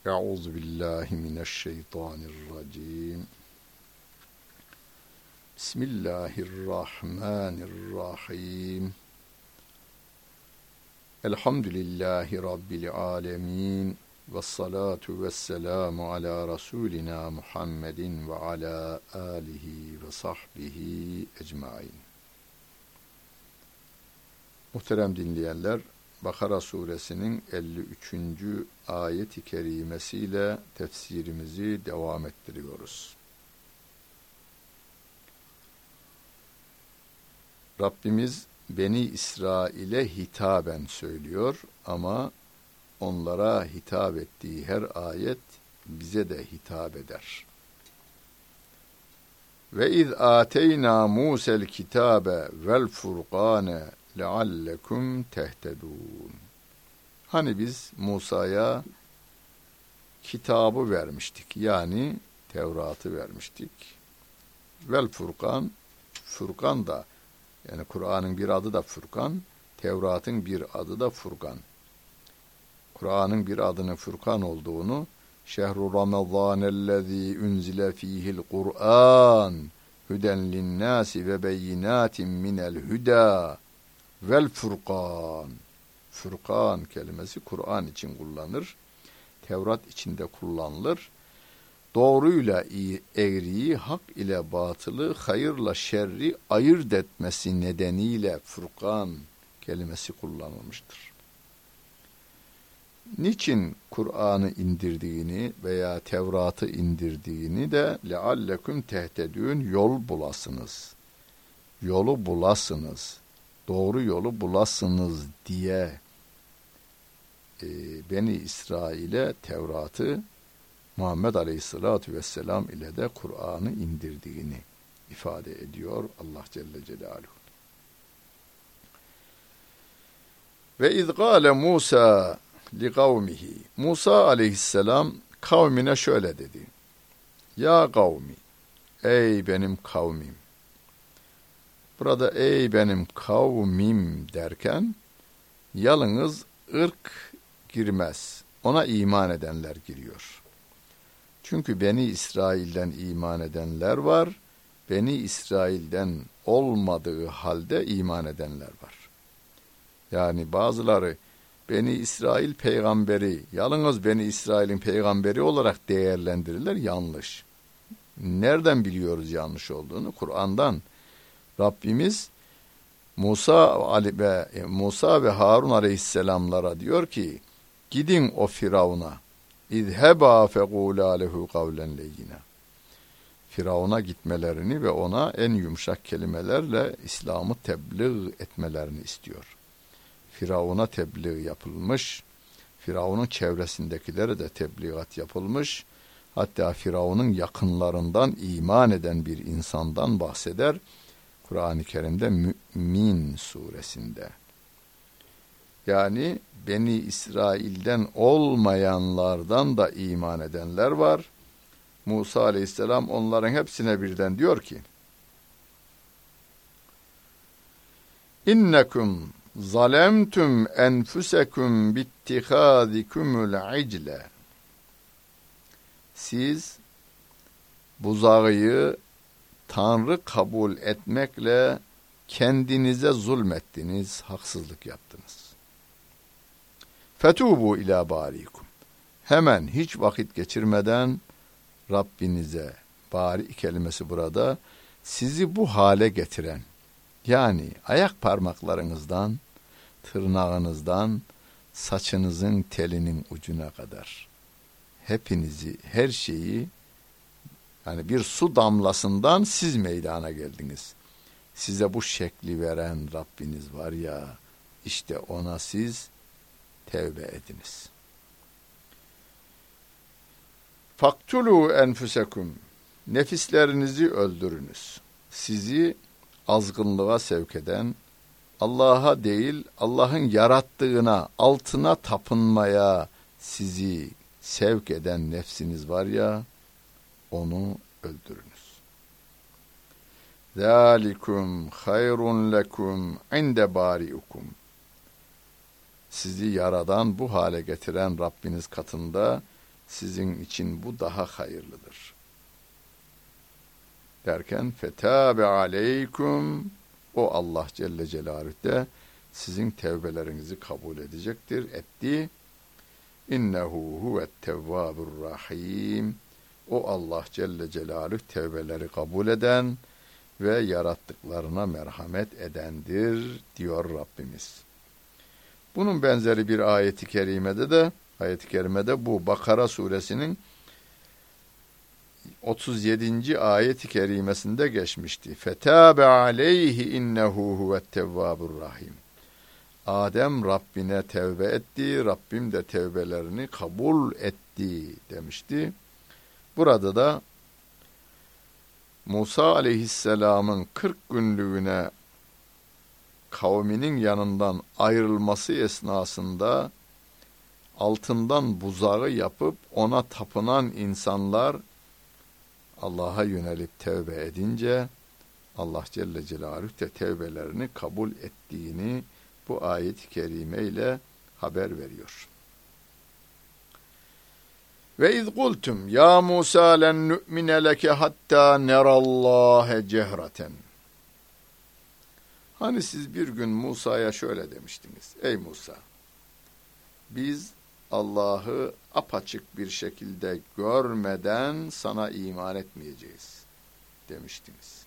Euzu billahi mineşşeytanirracim. Bismillahirrahmanirrahim. Elhamdülillahi Rabbil alemin. Vessalatu vesselamu ala Resulina Muhammedin ve ala alihi ve sahbihi ecmain. Muhterem dinleyenler, Bakara suresinin 53. ayet-i kerimesiyle tefsirimizi devam ettiriyoruz. Rabbimiz Beni İsrail'e hitaben söylüyor ama onlara hitap ettiği her ayet bize de hitap eder. Ve iz ateyna Musa'l kitabe vel furqane leallekum tehtedun. Hani biz Musa'ya kitabı vermiştik, yani Tevrat'ı vermiştik. Vel Furkan, Furkan da, yani Kur'an'ın bir adı da Furkan, Tevrat'ın bir adı da Furkan. Kur'an'ın bir adının Furkan olduğunu, şehru ramazanellezî unzile fîhil Kur'an huden linnâsi ve beyinâtin minel hüdâ vel furkan. Furkan kelimesi Kur'an için kullanılır. Tevrat içinde kullanılır. Doğruyla eğriyi, hak ile batılı, hayırla şerri ayırt etmesi nedeniyle Furkan kelimesi kullanılmıştır. Niçin Kur'an'ı indirdiğini veya Tevrat'ı indirdiğini de leallekum tehtedün, yol bulasınız. Yolu bulasınız. Doğru yolu bulasınız diye Beni İsrail'e Tevrat'ı, Muhammed Aleyhisselatü Vesselam ile de Kur'an'ı indirdiğini ifade ediyor Allah Celle Celaluhu. Ve iz gâle Musa li kavmihi. Musa Aleyhisselam kavmine şöyle dedi: Ya kavmi, ey benim kavmim. Burada ey benim kavmim derken yalnız ırk girmez. Ona iman edenler giriyor. Çünkü Beni İsrail'den iman edenler var. Beni İsrail'den olmadığı halde iman edenler var. Yani bazıları Beni İsrail peygamberi, yalnız Beni İsrail'in peygamberi olarak değerlendirirler. Yanlış. Nereden biliyoruz yanlış olduğunu? Kur'an'dan. Rabbimiz Musa ve Harun aleyhisselamlara diyor ki, gidin o Firavun'a, İzheba fekûlâ lehu kavlen leyyina. Firavun'a gitmelerini ve ona en yumuşak kelimelerle İslam'ı tebliğ etmelerini istiyor. Firavun'a tebliğ yapılmış, Firavun'un çevresindekilere de tebliğat yapılmış, hatta Firavun'un yakınlarından iman eden bir insandan bahseder Kur'an-ı Kerim'de Mü'min suresinde. Yani Beni İsrail'den olmayanlardan da iman edenler var. Musa Aleyhisselam onların hepsine birden diyor ki: İnnekum zalemtum enfusekum bittihâzikumul icle. Siz buzağıyı Tanrı kabul etmekle kendinize zulmettiniz, haksızlık yaptınız. Fetubu ila barikum. Hemen hiç vakit geçirmeden Rabbinize, bari kelimesi burada, sizi bu hale getiren, yani ayak parmaklarınızdan, tırnağınızdan, saçınızın telinin ucuna kadar hepinizi, her şeyi, yani bir su damlasından siz meydana geldiniz. Size bu şekli veren Rabbiniz var ya, işte ona siz tevbe ediniz. Faktulu enfusekum. Nefislerinizi öldürünüz. Sizi azgınlığa sevk eden, Allah'a değil Allah'ın yarattığına, altına tapınmaya sizi sevk eden nefsiniz var ya, onu öldürünüz. Zalikum hayrun lekum inde bariukum. Sizi yaradan, bu hale getiren Rabbiniz katında Sizin için bu daha hayırlıdır. Derken fetâbe aleykum, o Allah Celle Celaluhu de sizin tevbelerinizi kabul edecektir, etti. İnnehu huvet tevvabur rahim. O Allah Celle Celaluhu tevbeleri kabul eden ve yarattıklarına merhamet edendir diyor Rabbimiz. Bunun benzeri bir ayet-i kerimede bu Bakara suresinin 37. ayet-i kerimesinde geçmişti. Fetâbe aleyhi innehu huvet tevvabur rahim. Adem Rabbine tevbe etti, Rabbim de tevbelerini kabul etti demişti. Burada da Musa aleyhisselamın 40 günlüğüne kavminin yanından ayrılması esnasında altından buzağı yapıp ona tapınan insanlar Allah'a yönelip tevbe edince Allah Celle Celaluhu de tevbelerini kabul ettiğini bu ayet-i kerime ile haber veriyor. Ve iz kultum ya Musa len nu'mine leke hatta nerallâhe cehreten. Hani siz bir gün Musa'ya şöyle demiştiniz. Ey Musa, biz Allah'ı apaçık bir şekilde görmeden sana iman etmeyeceğiz demiştiniz.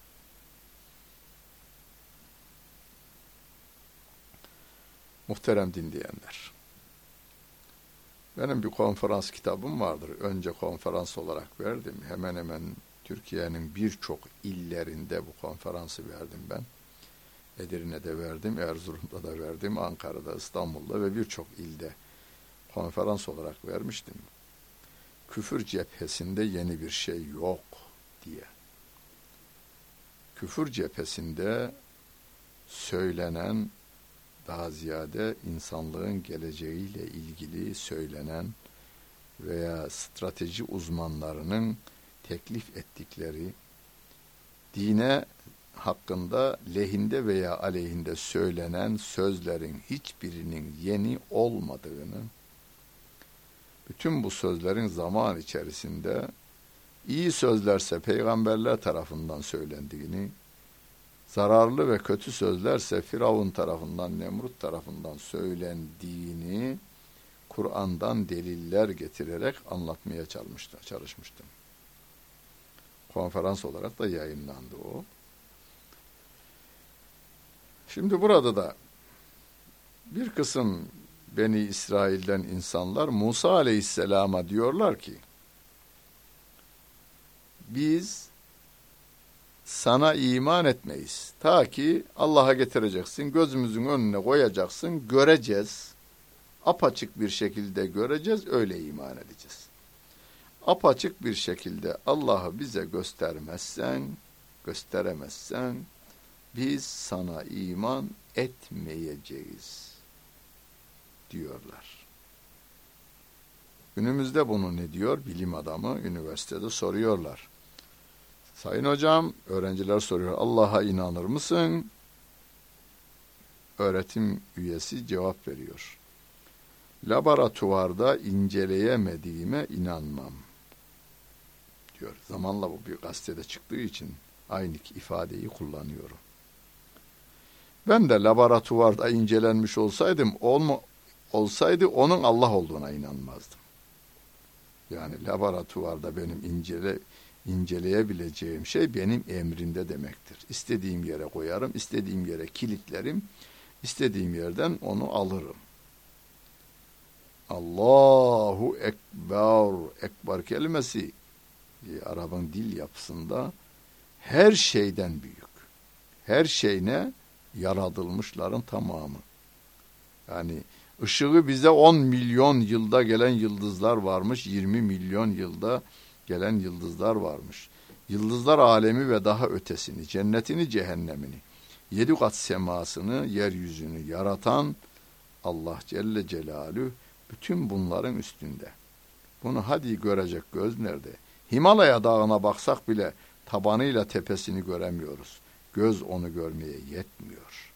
Muhterem dinleyenler, benim bir konferans kitabım vardır. Önce konferans olarak verdim. Hemen hemen Türkiye'nin birçok illerinde bu konferansı verdim ben. Edirne'de verdim, Erzurum'da da verdim, Ankara'da, İstanbul'da ve birçok ilde konferans olarak vermiştim. Küfür cephesinde yeni bir şey yok diye. Küfür cephesinde söylenen, daha ziyade insanlığın geleceğiyle ilgili söylenen veya strateji uzmanlarının teklif ettikleri dine hakkında lehinde veya aleyhinde söylenen sözlerin hiçbirinin yeni olmadığını, bütün bu sözlerin zaman içerisinde iyi sözlerse peygamberler tarafından söylendiğini, zararlı ve kötü sözlerse Firavun tarafından, Nemrut tarafından söylendiğini Kur'an'dan deliller getirerek anlatmaya çalışmıştım. Konferans olarak da yayınlandı o. Şimdi burada da bir kısım Beni İsrail'den insanlar Musa Aleyhisselam'a diyorlar ki, biz sana iman etmeyiz. Ta ki Allah'a getireceksin, gözümüzün önüne koyacaksın, göreceğiz. Apaçık bir şekilde göreceğiz, öyle iman edeceğiz. Apaçık bir şekilde Allah'ı bize gösteremezsen, biz sana iman etmeyeceğiz diyorlar. Günümüzde bunu ne diyor? Bilim adamı üniversitede soruyorlar. Sayın hocam, öğrenciler soruyor, Allah'a inanır mısın? Öğretim üyesi cevap veriyor. Laboratuvarda inceleyemediğime inanmam diyor. Zamanla bu bir gazetede çıktığı için aynı ifadeyi kullanıyorum. Ben de laboratuvarda incelenmiş olsaydı onun Allah olduğuna inanmazdım. Yani laboratuvarda benim inceleyebileceğim şey benim emrimde demektir. İstediğim yere koyarım, istediğim yere kilitlerim, istediğim yerden onu alırım. Allahu Ekber, Ekber kelimesi Arap'ın dil yapısında her şeyden büyük. Her şeyine yaratılmışların tamamı. Yani ışığı bize 10 milyon yılda gelen yıldızlar varmış, 20 milyon yılda gelen yıldızlar varmış. Yıldızlar alemi ve daha ötesini, cennetini, cehennemini, 7 kat semasını, yeryüzünü yaratan Allah Celle Celaluhu bütün bunların üstünde. Bunu hadi görecek göz nerede? Himalaya dağına baksak bile tabanıyla tepesini göremiyoruz. Göz onu görmeye yetmiyor.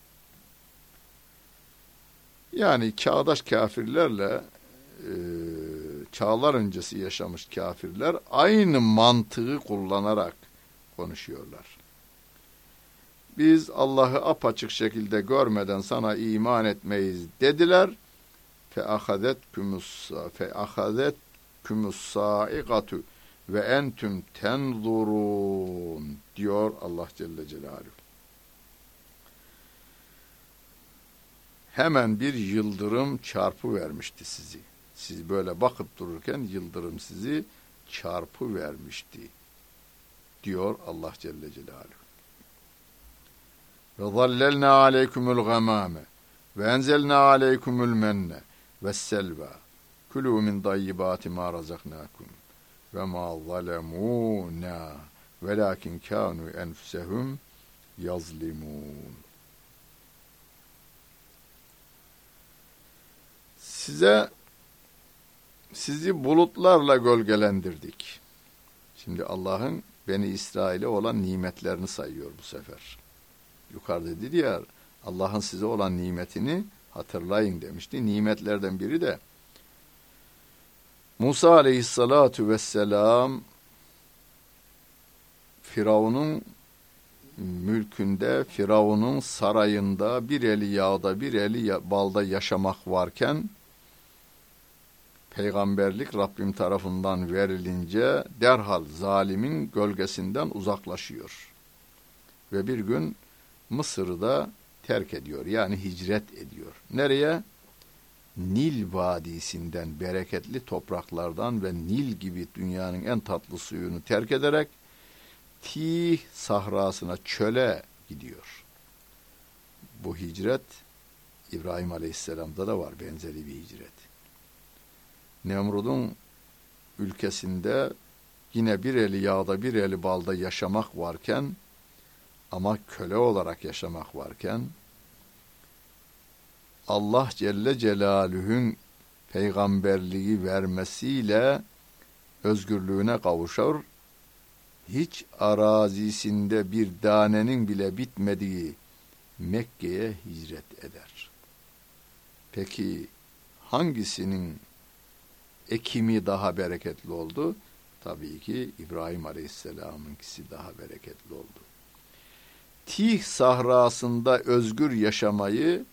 Yani çağdaş kafirlerle çağlar öncesi yaşamış kafirler aynı mantığı kullanarak konuşuyorlar. Biz Allah'ı apaçık şekilde görmeden sana iman etmeyiz dediler. فَأَخَذَتْكُمُ الصَّاعِقَةُ ve entüm tenzurun diyor Allah Celle Celaluhu. Hemen bir yıldırım çarpı vermişti sizi. Siz böyle bakıp dururken yıldırım sizi çarpı vermişti diyor Allah Celle Celaluhu. Ve zallelna aleykumul gamame ve enzelna aleykumul menne ve selva kulû min tayyibâti mâ razaknâkum ve mâ zalemûnâ velâkin kânû enfusehum yazlimûn. Sizi bulutlarla gölgelendirdik. Şimdi Allah'ın Beni İsrail'e olan nimetlerini sayıyor bu sefer. Yukarıda dedi ya, Allah'ın size olan nimetini hatırlayın demişti. Nimetlerden biri de Musa aleyhissalatu vesselam Firavun'un mülkünde, Firavun'un sarayında bir eli yağda bir eli balda yaşamak varken peygamberlik Rabbim tarafından verilince derhal zalimin gölgesinden uzaklaşıyor. Ve bir gün Mısır'ı da terk ediyor. Yani hicret ediyor. Nereye? Nil Vadisi'nden, bereketli topraklardan ve Nil gibi dünyanın en tatlı suyunu terk ederek Tih sahrasına, çöle gidiyor. Bu hicret İbrahim Aleyhisselam'da da var benzeri bir hicret. Nemrud'un ülkesinde yine bir eli yağda bir eli balda yaşamak varken ama köle olarak yaşamak varken Allah Celle Celaluhu'nun peygamberliği vermesiyle özgürlüğüne kavuşur. Hiç arazisinde bir danenin bile bitmediği Mekke'ye hicret eder. Peki hangisinin ekimi daha bereketli oldu? Tabii ki İbrahim Aleyhisselam'ınkisi daha bereketli oldu. Tih sahrasında özgür yaşamayı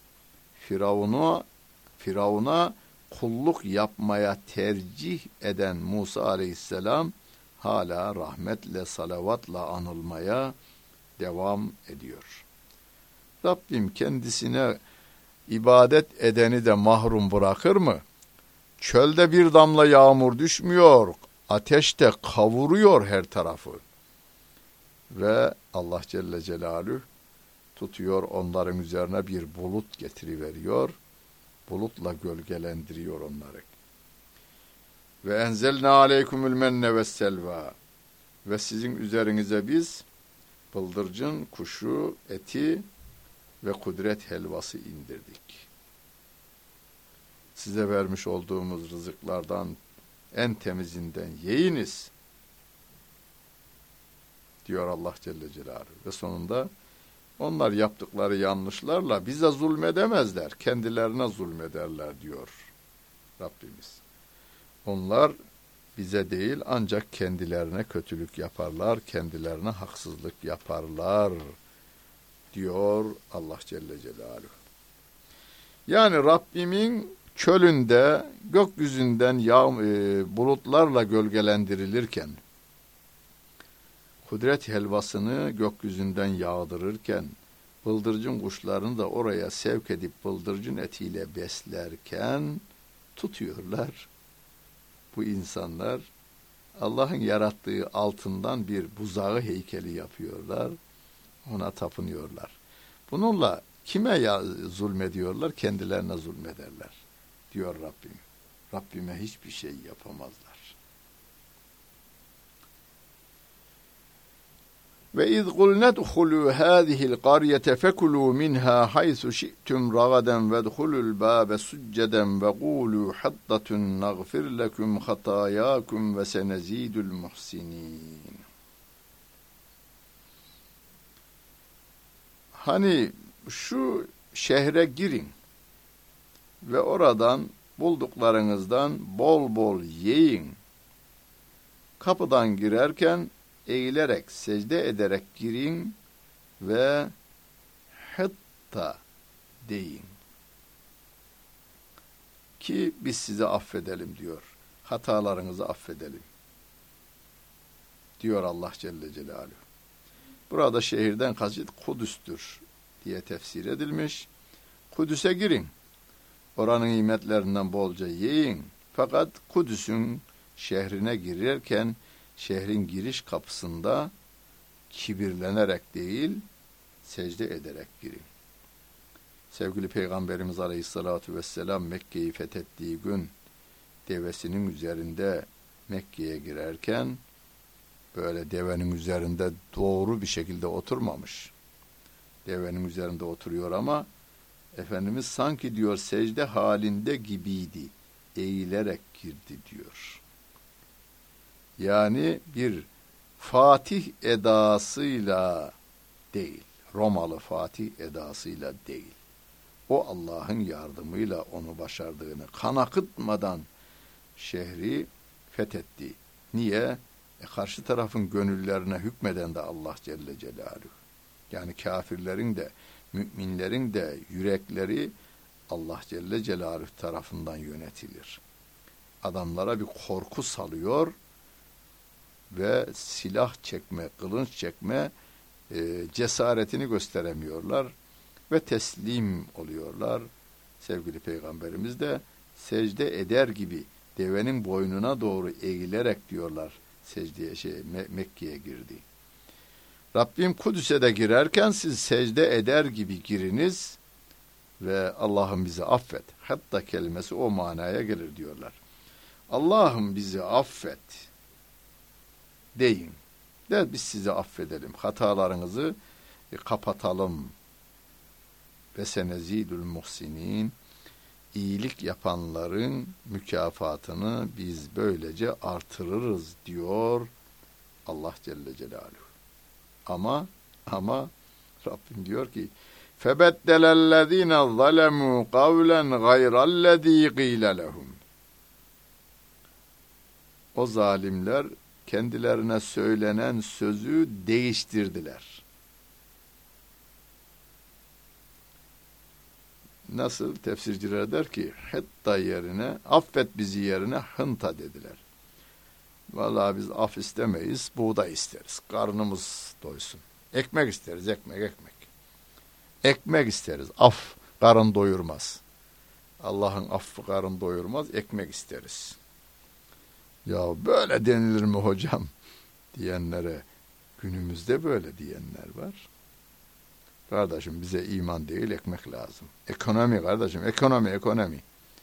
Firavun'a kulluk yapmaya tercih eden Musa Aleyhisselam hala rahmetle, salavatla anılmaya devam ediyor. Rabbim kendisine ibadet edeni de mahrum bırakır mı? Çölde bir damla yağmur düşmüyor, ateşte kavuruyor her tarafı. Ve Allah Celle Celaluhu tutuyor onların üzerine bir bulut getiriveriyor, bulutla gölgelendiriyor onları. Ve enzelna aleykumul menne ve selva ve sizin üzerinize biz bıldırcın, kuşu, eti ve kudret helvası indirdik. Size vermiş olduğumuz rızıklardan en temizinden yiyiniz diyor Allah Celle Celaluhu. Ve sonunda onlar yaptıkları yanlışlarla bize zulmedemezler, kendilerine zulmederler diyor Rabbimiz. Onlar bize değil ancak kendilerine kötülük yaparlar, kendilerine haksızlık yaparlar diyor Allah Celle Celaluhu. Yani Rabbimin çölünde gökyüzünden bulutlarla gölgelendirilirken, kudret helvasını gökyüzünden yağdırırken, bıldırcın kuşlarını da oraya sevk edip bıldırcın etiyle beslerken tutuyorlar. Bu insanlar Allah'ın yarattığı altından bir buzağı heykeli yapıyorlar, ona tapınıyorlar. Bununla kime zulmediyorlar? Kendilerine zulmederler diyor Rabbim. Rabbime hiçbir şey yapamazlar. Ve iz kulna dukhulu hâzihil qaryete fekulû minhâ haythu şi'tum ragaden vedhulul bâbe succeden ve qûlû haddatun nagfir lekum hatâyâkum ve senezîdul muhsinîn. Hani şu şehre girin ve oradan bulduklarınızdan bol bol yiyin. Kapıdan girerken eğilerek, secde ederek girin ve hatta deyin ki biz sizi affedelim diyor. Hatalarınızı affedelim diyor Allah Celle Celaluhu. Burada şehirden kasıt Kudüs'tür diye tefsir edilmiş. Kudüs'e girin. Oranın nimetlerinden bolca yiyin. Fakat Kudüs'ün şehrine girerken şehrin giriş kapısında kibirlenerek değil, secde ederek girin. Sevgili Peygamberimiz Aleyhisselatü Vesselam Mekke'yi fethettiği gün devesinin üzerinde Mekke'ye girerken böyle devenin üzerinde doğru bir şekilde oturmamış. Devenin üzerinde oturuyor ama Efendimiz sanki diyor secde halinde gibiydi. Eğilerek girdi diyor. Yani bir Fatih edasıyla değil, Romalı Fatih edasıyla değil. O Allah'ın yardımıyla onu başardığını, kan akıtmadan şehri fethetti. Niye? Karşı tarafın gönüllerine hükmeden de Allah Celle Celaluhu. Yani kafirlerin de, müminlerin de yürekleri Allah Celle Celaluhu tarafından yönetilir. Adamlara bir korku salıyor ve silah çekme, kılınç çekme cesaretini gösteremiyorlar ve teslim oluyorlar. Sevgili Peygamberimiz de secde eder gibi devenin boynuna doğru eğilerek diyorlar secdeye Mekke'ye girdi. Rabbim Kudüs'e de girerken siz secde eder gibi giriniz ve Allah'ım bizi affet. Hatta kelimesi o manaya gelir diyorlar. Allah'ım bizi affet deyin. De biz sizi affedelim. Hatalarınızı kapatalım. Ve senezidül muhsinin, iyilik yapanların mükafatını biz böylece artırırız diyor Allah Celle Celaluhu. Ama Rabbim diyor ki febeddele'llezine zalemû kavlen gayrellezî gîle lehum. O zalimler kendilerine söylenen sözü değiştirdiler. Nasıl? Tefsirciler der ki hatta yerine, affet bizi yerine hınta dediler. Vallahi biz af istemeyiz, buğday isteriz. Karnımız doysun. Ekmek isteriz, ekmek. Ekmek isteriz, af karın doyurmaz. Allah'ın affı karın doyurmaz, ekmek isteriz. Ya böyle denilir mi hocam diyenlere, günümüzde böyle diyenler var. Kardeşim bize iman değil ekmek lazım. Ekonomi kardeşim, ekonomi.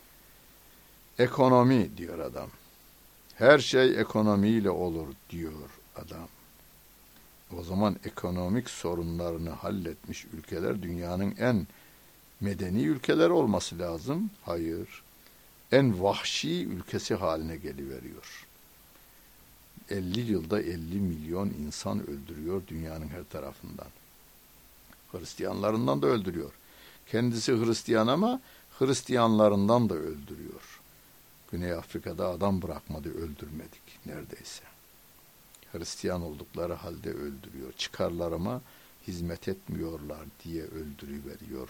Ekonomi diyor adam. Her şey ekonomiyle olur diyor adam. O zaman ekonomik sorunlarını halletmiş ülkeler dünyanın en medeni ülkeler olması lazım. Hayır. En vahşi ülkesi haline geliveriyor. 50 yılda 50 milyon insan öldürüyor dünyanın her tarafından. Hristiyanlarından da öldürüyor. Kendisi Hristiyan ama Hristiyanlarından da öldürüyor. Güney Afrika'da adam bırakmadı, öldürmedik neredeyse. Hristiyan oldukları halde öldürüyor. Çıkarlarıma hizmet etmiyorlar diye öldürüveriyor.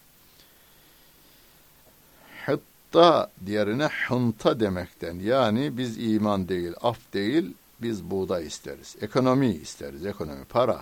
Hatta diğerine hınta demekten, yani biz iman değil, af değil, biz buğday isteriz. Ekonomi isteriz, ekonomi,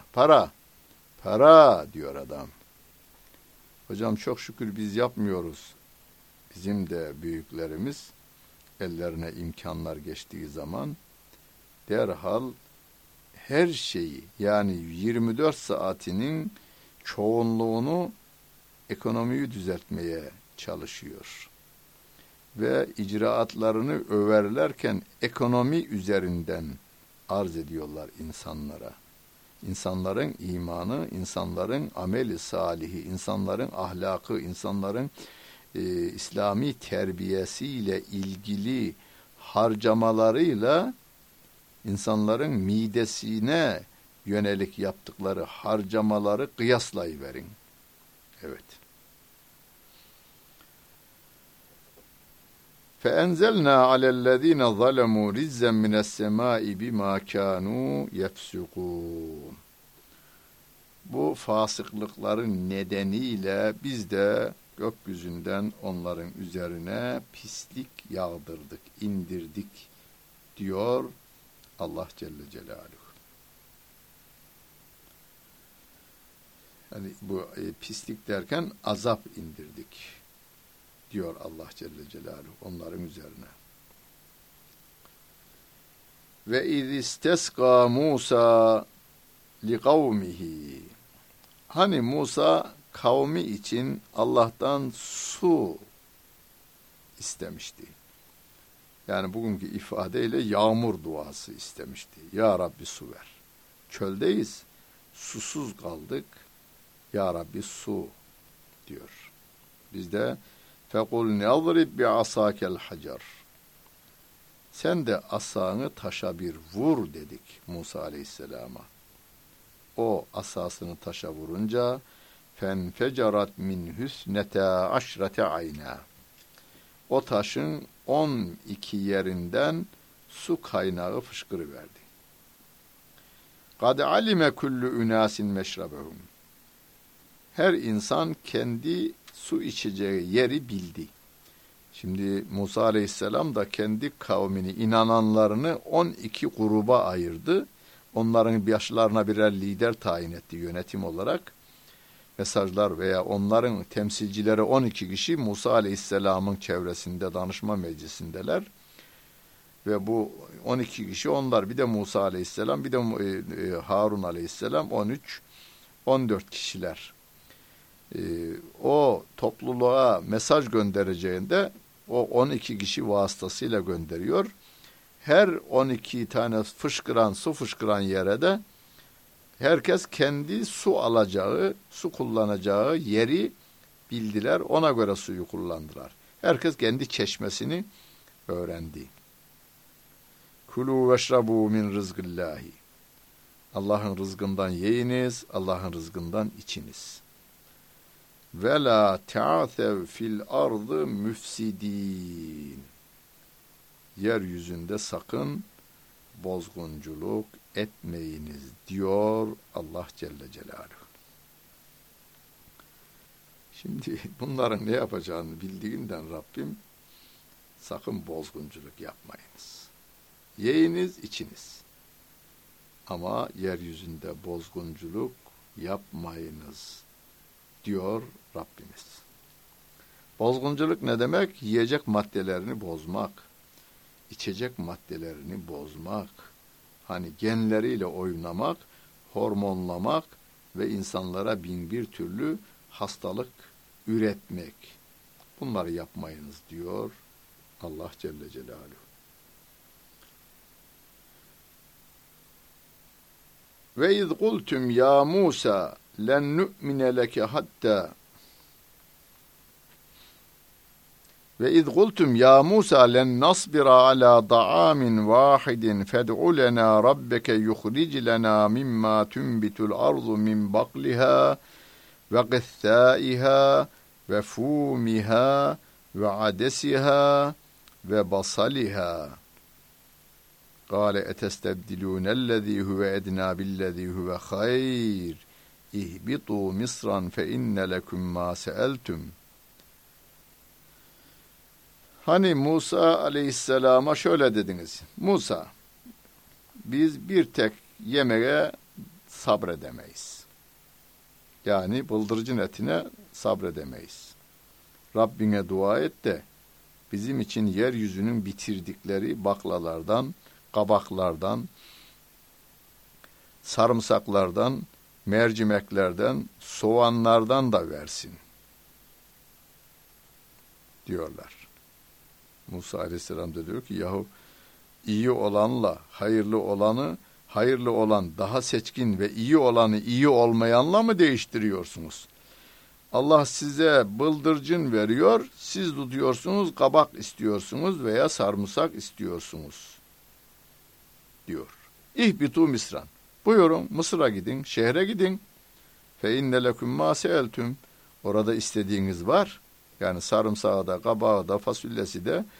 para diyor adam. Hocam çok şükür biz yapmıyoruz. Bizim de büyüklerimiz ellerine imkanlar geçtiği zaman derhal her şeyi, yani 24 saatinin çoğunluğunu ekonomiyi düzeltmeye çalışıyor. Ve icraatlarını överlerken ekonomi üzerinden arz ediyorlar insanlara. İnsanların imanı, insanların ameli salihi, insanların ahlakı, insanların İslami terbiyesiyle ilgili harcamalarıyla insanların midesine yönelik yaptıkları harcamaları kıyaslayıverin. Evet. فَاَنْزَلْنَا عَلَى الَّذ۪ينَ ظَلَمُوا رِزًّا مِنَ السَّمَاءِ بِمَا كَانُوا يَفْسُقُونَ. Bu fasıklıkların nedeniyle biz de gökyüzünden onların üzerine pislik yağdırdık, indirdik diyor Allah Celle Celaluhu. Yani bu pislik derken azap indirdik diyor Allah Celle Celaluhu onların üzerine. Ve izistesqa Musa li kavmihi. Hani Musa kavmi için Allah'tan su istemişti. Yani bugünkü ifadeyle yağmur duası istemişti. Ya Rabbi su ver. Çöldeyiz, susuz kaldık. Ya Rabbi su diyor. Biz de fekul ne'adrib bi'asakel hacer. Sen de asanı taşa bir vur dedik Musa Aleyhisselam'a. O asasını taşa vurunca fenfecerat min hüsnete aşrete ayna. O taşın 12 yerinden su kaynağı fışkırıverdi. Kad alime kullu ünasin meşrabehum. Her insan kendi su içeceği yeri bildi. Şimdi Musa Aleyhisselam da kendi kavmini, inananlarını 12 gruba ayırdı. Onların başlarına birer lider tayin etti yönetim olarak. Mesajlar veya onların temsilcileri 12 kişi Musa Aleyhisselam'ın çevresinde danışma meclisindeler. Ve bu 12 kişi onlar, bir de Musa Aleyhisselam, bir de Harun Aleyhisselam 13, 14 kişiler. O topluluğa mesaj göndereceğinde o 12 kişi vasıtasıyla gönderiyor. Her 12 tane su fışkıran yere de herkes kendi su alacağı, su kullanacağı yeri bildiler. Ona göre suyu kullandılar. Herkes kendi çeşmesini öğrendi. Kulu veşrabu min rızgıllahi. Allah'ın rızkından yiyiniz, Allah'ın rızkından içiniz. Ve la ta'asev fil ardı müfsidin. Yeryüzünde sakın bozgunculuk etmeyiniz diyor Allah Celle Celaluhu. Şimdi bunların ne yapacağını bildiğinden Rabbim sakın bozgunculuk yapmayınız. Yiyiniz, içiniz. Ama yeryüzünde bozgunculuk yapmayınız diyor Rabbimiz. Bozgunculuk ne demek? Yiyecek maddelerini bozmak, içecek maddelerini bozmak, hani genleriyle oynamak, hormonlamak ve insanlara bin bir türlü hastalık üretmek. Bunları yapmayınız diyor Allah Celle Celaluhu. Ve iz kultum ya Musa len nu'mine leke hatta ve iz kultum ya Musa len nasbira ala ta'amin vahidin fed'u lena rabbeke yukhric lena mimma tunbitul ardu min bakliha ve qithaiha ve fumiha ve adesiha ve basaliha. Kâle etestebdilûnellezî huve ednâ billezî huve hayr. İhbitû misran fe inne leküm mâ seeltüm. Hani Musa Aleyhisselam'a şöyle dediniz. Musa, biz bir tek yemeğe sabredemeyiz. Yani bıldırcın etine sabredemeyiz. Rabbine dua et de bizim için yeryüzünün bitirdikleri baklalardan, kabaklardan, sarımsaklardan, mercimeklerden, soğanlardan da versin diyorlar. Musa Aleyhisselam da diyor ki yahu iyi olanla hayırlı olanı, hayırlı olan daha seçkin ve iyi olanı iyi olmayanla mı değiştiriyorsunuz? Allah size bıldırcın veriyor, siz tutuyorsunuz, kabak istiyorsunuz veya sarımsak istiyorsunuz diyor. İhbitu misran. Buyurun Mısır'a gidin, şehre gidin. Fe inne leküm mâ seeltüm. Orada istediğiniz var. Yani sarımsağı da, kabağı da, fasulyesi de,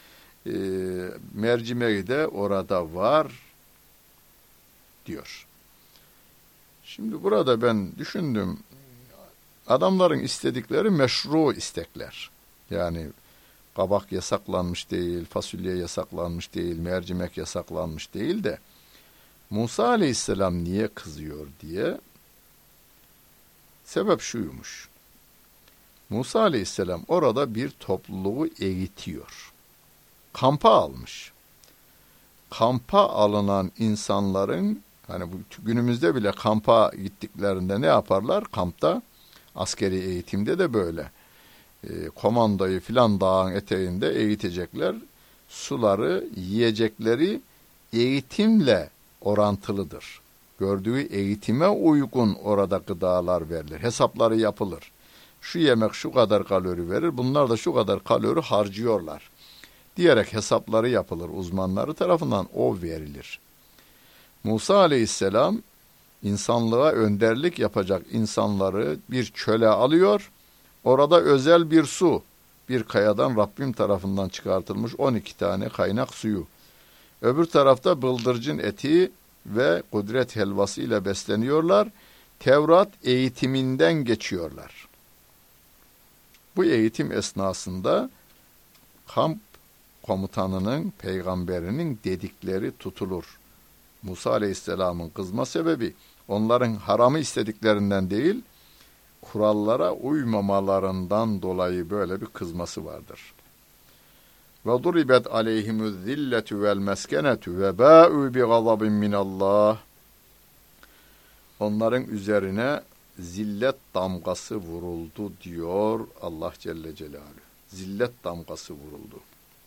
mercimeği de orada var diyor. Şimdi burada ben düşündüm, adamların istedikleri meşru istekler. Yani kabak yasaklanmış değil, fasulye yasaklanmış değil, mercimek yasaklanmış değil de Musa Aleyhisselam niye kızıyor diye sebep şuymuş. Musa Aleyhisselam orada bir topluluğu eğitiyor. Kampa almış. Kampa alınan insanların, hani bu günümüzde bile kampa gittiklerinde ne yaparlar? Kampta, askeri eğitimde de böyle. Komandoyu filan dağın eteğinde eğitecekler. Suları, yiyecekleri eğitimle orantılıdır. Gördüğü eğitime uygun orada gıdalar verilir. Hesapları yapılır. Şu yemek şu kadar kalori verir, bunlar da şu kadar kalori harcıyorlar diyerek hesapları yapılır. Uzmanları tarafından o verilir. Musa Aleyhisselam insanlığa önderlik yapacak insanları bir çöle alıyor. Orada özel bir su, bir kayadan Rabbim tarafından çıkartılmış 12 tane kaynak suyu. Öbür tarafta bıldırcın eti ve kudret helvası ile besleniyorlar. Tevrat eğitiminden geçiyorlar. Bu eğitim esnasında kamp komutanının, peygamberinin dedikleri tutulur. Musa Aleyhisselam'ın kızma sebebi onların haramı istediklerinden değil, kurallara uymamalarından dolayı böyle bir kızması vardır. Ve duribet aleyhimuz zilletu vel meskenetu ve ba'u bi gazabin minallah. Onların üzerine zillet damgası vuruldu diyor Allah Celle Celaluhu. Zillet damgası vuruldu.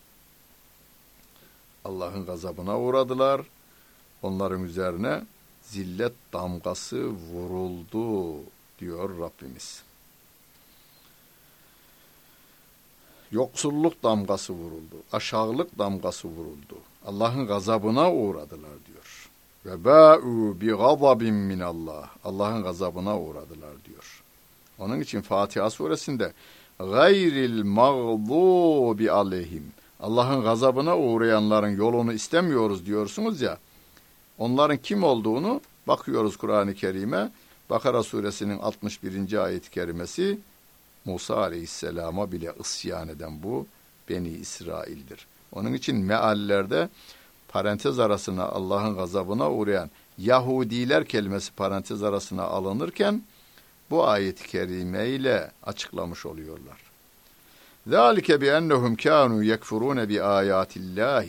Allah'ın gazabına uğradılar. Onların üzerine zillet damgası vuruldu diyor Rabbimiz. Yoksulluk damgası vuruldu. Aşağılık damgası vuruldu. Allah'ın gazabına uğradılar diyor. Ve ba'u bi gazabin minallah. Allah'ın gazabına uğradılar diyor. Onun için Fatiha suresinde gayril mağdubi aleyhim. Allah'ın gazabına uğrayanların yolunu istemiyoruz diyorsunuz ya. Onların kim olduğunu bakıyoruz Kur'an-ı Kerim'e. Bakara suresinin 61. ayet-i kerimesi Musa Aleyhisselam'a bile isyan eden bu Beni İsrail'dir. Onun için meallerde parantez arasına Allah'ın gazabına uğrayan Yahudiler kelimesi parantez arasına alınırken bu ayet-i kerime ile açıklamış oluyorlar. ذَٰلِكَ بِأَنَّهُمْ كَانُوا يَكْفُرُونَ بِآيَاتِ اللّٰهِ.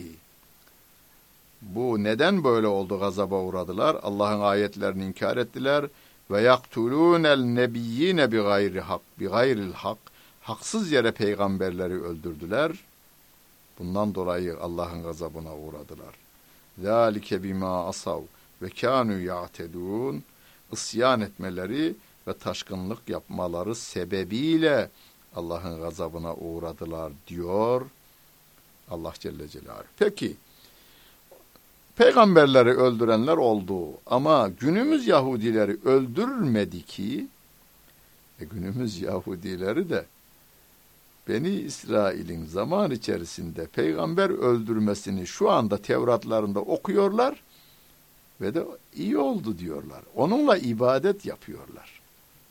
Bu neden böyle oldu, gazaba uğradılar? Allah'ın ayetlerini inkar ettiler. Ve yaktulûnel nebiyyîne bi gayril hak. Haksız yere peygamberleri öldürdüler. Bundan dolayı Allah'ın gazabına uğradılar. ذَٰلِكَ بِمَا asav ve kânû ya'tedûn. İsyan etmeleri ve taşkınlık yapmaları sebebiyle Allah'ın gazabına uğradılar diyor Allah Celle Celaluhu. Peki, peygamberleri öldürenler oldu ama günümüz Yahudileri öldürmedi ki, günümüz Yahudileri de Beni İsrail'in zaman içerisinde peygamber öldürmesini şu anda Tevratlarında okuyorlar ve de iyi oldu diyorlar. Onunla ibadet yapıyorlar.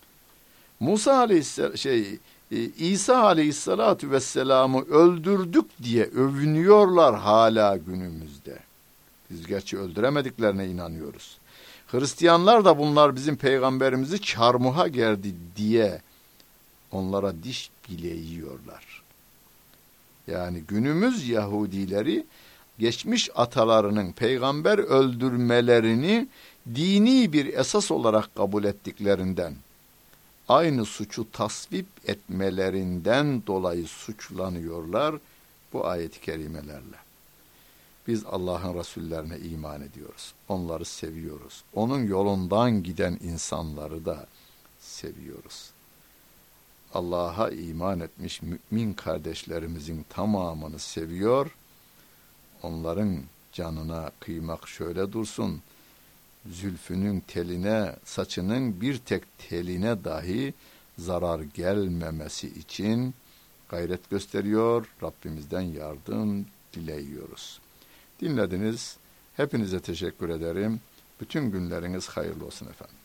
İsa Aleyhisselatü Vesselam'ı öldürdük diye övünüyorlar hala günümüzde. Biz gerçi öldüremediklerine inanıyoruz. Hristiyanlar da bunlar bizim peygamberimizi çarmıha gerdi diye onlara diş bile yiyorlar. Yani günümüz Yahudileri geçmiş atalarının peygamber öldürmelerini dini bir esas olarak kabul ettiklerinden, aynı suçu tasvip etmelerinden dolayı suçlanıyorlar bu ayet-i kerimelerle. Biz Allah'ın Resullerine iman ediyoruz. Onları seviyoruz. Onun yolundan giden insanları da seviyoruz. Allah'a iman etmiş mümin kardeşlerimizin tamamını seviyor. Onların canına kıymak şöyle dursun. Zülfünün teline, saçının bir tek teline dahi zarar gelmemesi için gayret gösteriyor. Rabbimizden yardım dileyiyoruz. Dinlediniz. Hepinize teşekkür ederim. Bütün günleriniz hayırlı olsun efendim.